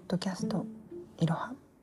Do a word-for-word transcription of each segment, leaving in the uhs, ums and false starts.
ドキャストいろ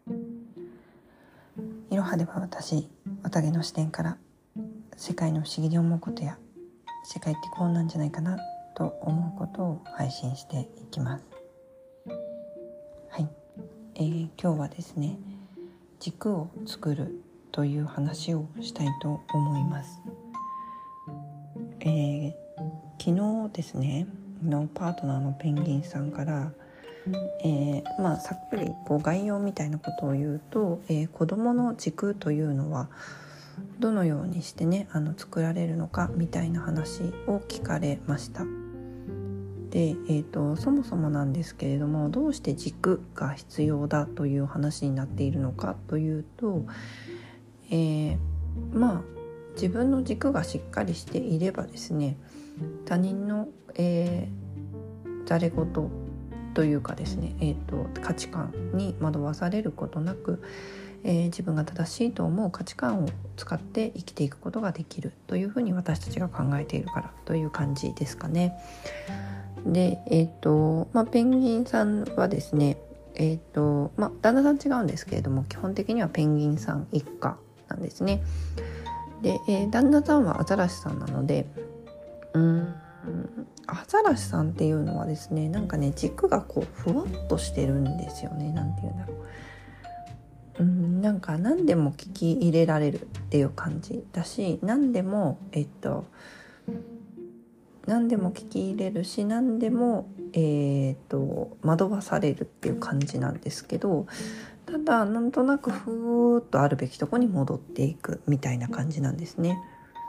はいろはでは私綿毛の視点から世界の不思議に思うことや世界ってこうなんじゃないかなと思うことを配信していきます。はい、えー、今日はですね軸を作るという話をしたいと思います。えー、昨日ですねのパートナーのペンギンさんからえーまあ、さっくりこう概要みたいなことを言うと、えー、子どもの軸というのはどのようにしてねあの作られるのかみたいな話を聞かれました。で、えーと、そもそもなんですけれどもどうして軸が必要だという話になっているのかというと、えー、まあ自分の軸がしっかりしていればですね他人の、えー、ざれ言というかですね、えーと、価値観に惑わされることなく、えー、自分が正しいと思う価値観を使って生きていくことができるというふうに私たちが考えているからという感じですかね。で、えーとまあ、ペンギンさんはですね、えーとまあ、旦那さん違うんですけれども基本的にはペンギンさん一家なんですね。で、えー、旦那さんはアザラシさんなのでうーんアザラシさんっていうのはですねなんかね軸がこうふわっとしてるんですよね。なんていうんだろう、うんなんか何でも聞き入れられるっていう感じだし何でもえっと何でも聞き入れるし何でもえー、っと惑わされるっていう感じなんですけどただなんとなくふーっとあるべきとこに戻っていくみたいな感じなんですね。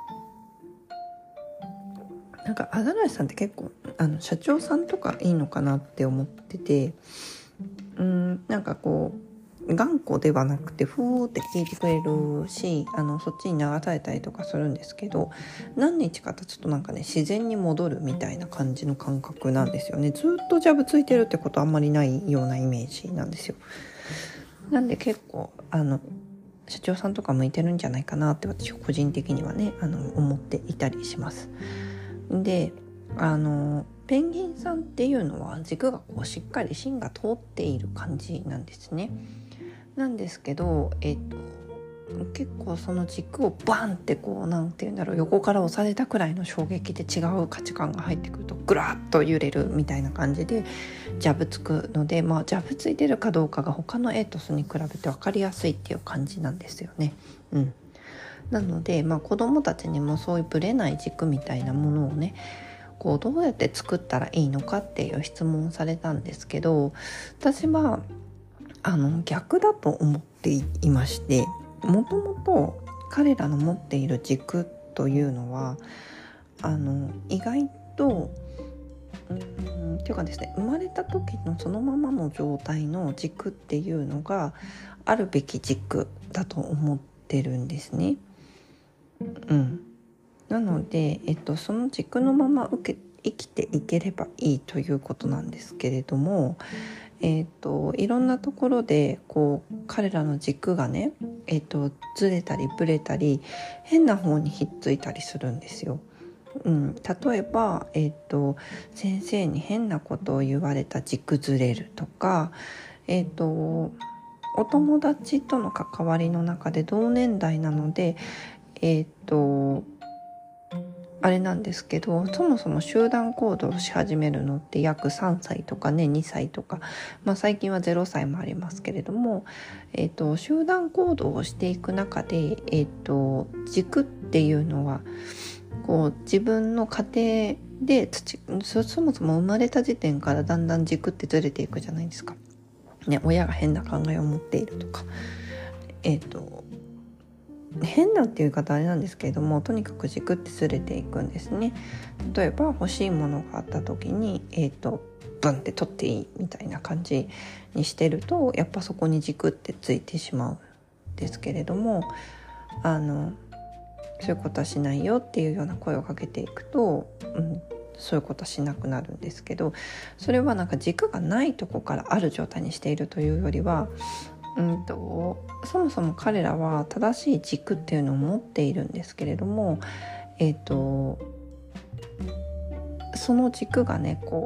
なんかアザラシさんって結構あの社長さんとかいいのかなって思っててうーんなんかこう頑固ではなくてふーって聞いてくれるしあのそっちに流されたりとかするんですけど何日か経つとなんかね自然に戻るみたいな感じの感覚なんですよね。ずっとジャブついてるってことあんまりないようなイメージなんですよ。なんで結構あの社長さんとか向いてるんじゃないかなって私個人的にはねあの思っていたりします。であのペンギンさんっていうのは軸がこうしっかり芯が通っている感じなんですね。なんですけど、えっと、結構その軸をバンってこうなんていうんだろう横から押されたくらいの衝撃で違う価値観が入ってくるとグラッと揺れるみたいな感じでジャブつくので、まあ、ジャブついてるかどうかが他のエイトスに比べて分かりやすいっていう感じなんですよね。うんなので、まあ、子どもたちにもそういうぶれない軸みたいなものをねこうどうやって作ったらいいのかっていう質問をされたんですけど私はあの逆だと思っていましてもともと彼らの持っている軸というのはあの意外とうーんっていうかですね生まれた時のそのままの状態の軸っていうのがあるべき軸だと思ってるんですね。うん、なので、えっと、その軸のまま受け生きていければいいということなんですけれども、えっと、いろんなところでこう彼らの軸がね、えっと、ずれたりぶれたり変な方にひっついたりするんですよ。うん、例えば、えっと、先生に変なことを言われた軸ずれるとか、えっと、お友達との関わりの中で同年代なのでえっとあれなんですけどそもそも集団行動をし始めるのって約さんさいとかねにさいとか、まあ、最近はゼロさいもありますけれども、えっと、集団行動をしていく中で、えっと、軸っていうのはこう自分の家庭で土 そ, そもそも生まれた時点からだんだん軸ってずれていくじゃないですか、ね、親が変な考えを持っているとかえっと変なっていう方あれなんですけれどもとにかく軸ってずれていくんですね。例えば欲しいものがあった時に、えーと、ブンって取っていいみたいな感じにしてるとやっぱそこに軸ってついてしまうんですけれどもあのそういうことはしないよっていうような声をかけていくと、うん、そういうことはしなくなるんですけどそれはなんか軸がないとこからある状態にしているというよりはうんとそもそも彼らは正しい軸っていうのを持っているんですけれども、えーと、その軸がねこう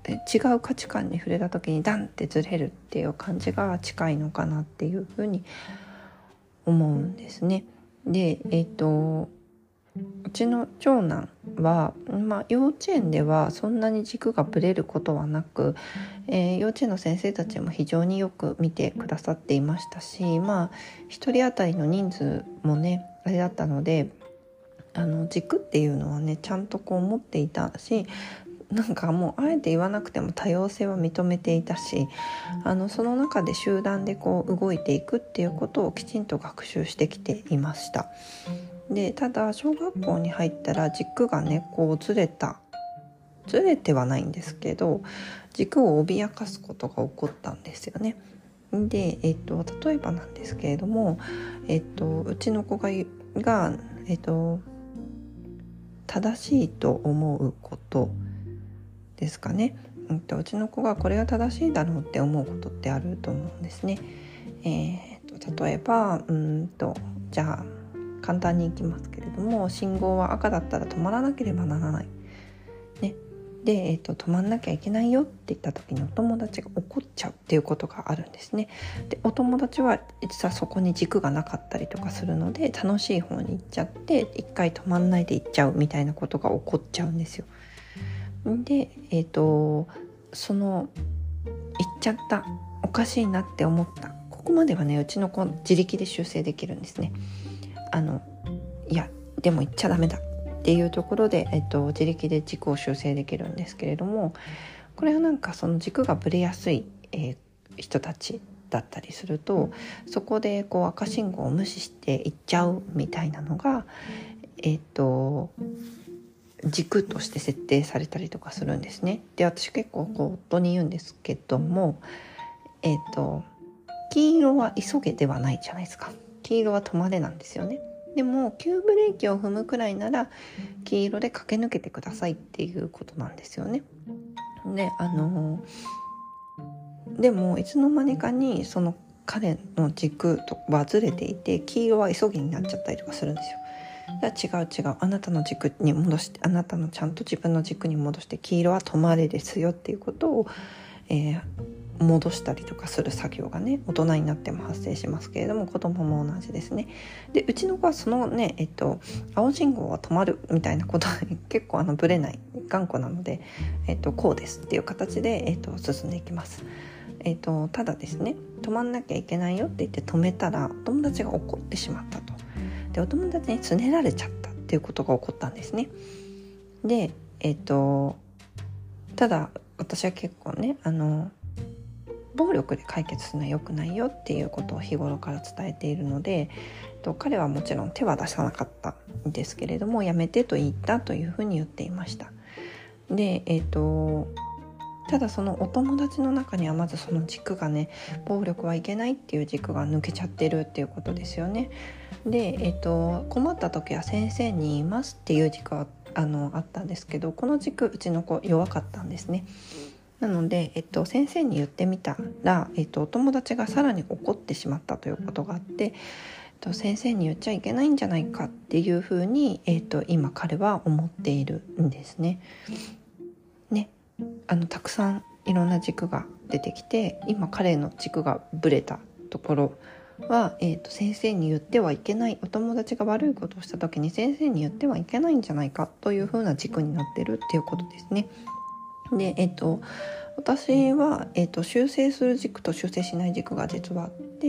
違う価値観に触れた時にダンってずれるっていう感じが近いのかなっていうふうに思うんですね。で、えっとうちの長男は、まあ、幼稚園ではそんなに軸がぶれることはなく、えー、幼稚園の先生たちも非常によく見てくださっていましたし、まあ一人当たりの人数もねあれだったので、あの軸っていうのはねちゃんとこう持っていたし、なんかもうあえて言わなくても多様性は認めていたし、あのその中で集団でこう動いていくっていうことをきちんと学習してきていました。でただ小学校に入ったら軸がねこうずれたずれてはないんですけど、軸を脅かすことが起こったんですよね。で、えっと、例えばなんですけれども、えっと、うちの子が、がえっと、正しいと思うことですかね。えっと、うちの子がこれが正しいだろうって思うことってあると思うんですね。えー、と例えばうんとじゃあ簡単にいきますけれども、信号は赤だったら止まらなければならない、ね、で、えーと、止まんなきゃいけないよって言った時にお友達が怒っちゃうっていうことがあるんですね。でお友達は実はそこに軸がなかったりとかするので、楽しい方に行っちゃって一回止まんないで行っちゃうみたいなことが起こっちゃうんですよ。で、えーと、その行っちゃった、おかしいなって思った、ここまではねうちの子自力で修正できるんですね。あのいやでも言っちゃダメだっていうところで、えっと、自力で軸を修正できるんですけれども、これはなんかその軸がぶれやすい、えー、人たちだったりすると、そこでこう赤信号を無視して行っちゃうみたいなのが、えっと軸として設定されたりとかするんですね。で私結構こう夫に言うんですけども、えっと黄色は急げではないじゃないですか。黄色は止まれなんですよね。でも急ブレーキを踏むくらいなら黄色で駆け抜けてくださいっていうことなんですよね。であのでもいつの間にかにその彼の軸とはずれていて、黄色は急ぎになっちゃったりとかするんですよ。違う違う、あなたの軸に戻して、あなたのちゃんと自分の軸に戻して、黄色は止まれですよっていうことを、えー、戻したりとかする作業がね大人になっても発生しますけれども、子供も同じですね。でうちの子はそのね、えっと、青信号は止まるみたいなことに結構あのブレない頑固なので、えっと、こうですっていう形で、えっと、進んでいきます。えっと、ただですね、止まんなきゃいけないよって言って止めたらお友達が怒ってしまったと。でお友達につねられちゃったっていうことが起こったんですね。でえっとただ私は結構ね、あの暴力で解決するのは良くないよっていうことを日頃から伝えているので、と彼はもちろん手は出さなかったんですけれども、やめてと言ったというふうに言っていました。でえっとただそのお友達の中にはまずその軸がね、暴力はいけないっていう軸が抜けちゃってるっていうことですよね。で、えっと、困った時は先生に言いますっていう軸はあのあったんですけど、この軸うちの子弱かったんですね。なので、えっと、先生に言ってみたら、えっと、お友達がさらに怒ってしまったということがあって、えっと、先生に言っちゃいけないんじゃないかっていうふうに、えっと、今彼は思っているんですね。ね、あのたくさんいろんな軸が出てきて、今彼の軸がぶれたところは、えーと、先生に言ってはいけない、お友達が悪いことをした時に先生に言ってはいけないんじゃないかというふうな軸になってるっていうことですね。で、えーと、私は、えーと、修正する軸と修正しない軸が実はあって、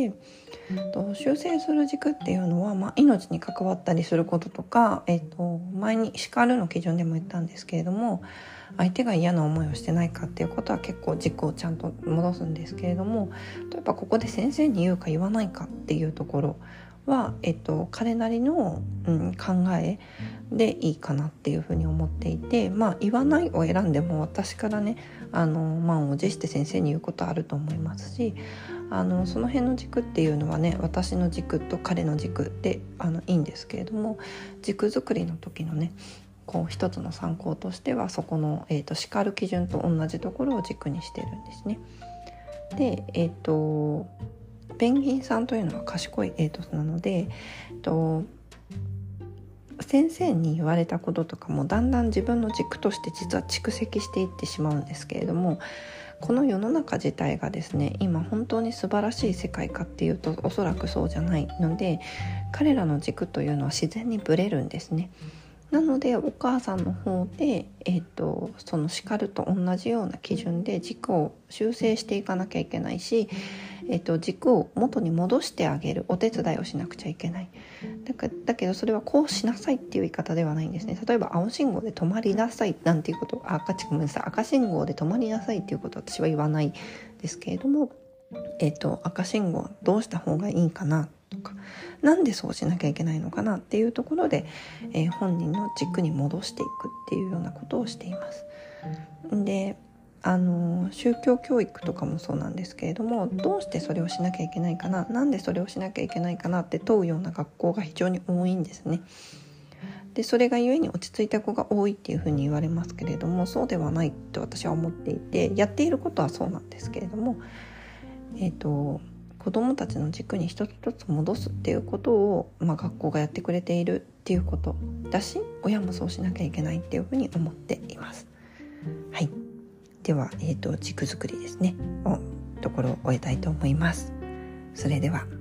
と修正する軸っていうのは、まあ、命に関わったりすることとか、えーと、前に叱るの基準でも言ったんですけれども、相手が嫌な思いをしてないかっていうことは結構軸をちゃんと戻すんですけれども、例えばここで先生に言うか言わないかっていうところは、えっと、彼なりの、うん、考えでいいかなっていうふうに思っていて、まあ言わないを選んでも私からね、あの満を持して先生に言うことあると思いますし、あのその辺の軸っていうのはね、私の軸と彼の軸であのいいんですけれども、軸作りの時のねこう一つの参考としては、そこの、えーと、叱る基準と同じところを軸にしてるんですね。で、えっとペンギンさんというのは賢いエイトスなので、えっと、 先生に言われたこととかもだんだん自分の軸として実は蓄積していってしまうんですけれども、この世の中自体がですね、今本当に素晴らしい世界かっていうとおそらくそうじゃないので、彼らの軸というのは自然にブレるんですね。なのでお母さんの方で、えーと、その叱ると同じような基準で軸を修正していかなきゃいけないし、えーと、軸を元に戻してあげるお手伝いをしなくちゃいけない。だからだけどそれはこうしなさいっていう言い方ではないんですね。例えば青信号で止まりなさいなんていうことあ赤ごめんなさい赤信号で止まりなさいっていうことは私は言わないですけれども、えーと、赤信号どうした方がいいかなとか、なんでそうしなきゃいけないのかなっていうところで、えー、本人の軸に戻していくっていうようなことをしています。で、あの宗教教育とかもそうなんですけれども、どうしてそれをしなきゃいけないかな、なんでそれをしなきゃいけないかなって問うような学校が非常に多いんですね。でそれがゆえに落ち着いた子が多いっていうふうに言われますけれども、そうではないと私は思っていて、やっていることはそうなんですけれども、えーと子どもたちの軸に一つ一つ戻すっていうことを、まあ、学校がやってくれているっていうことだし、親もそうしなきゃいけないっていうふうに思っています。はい、では、えーと、軸作りですねのところを終えたいと思います。それでは。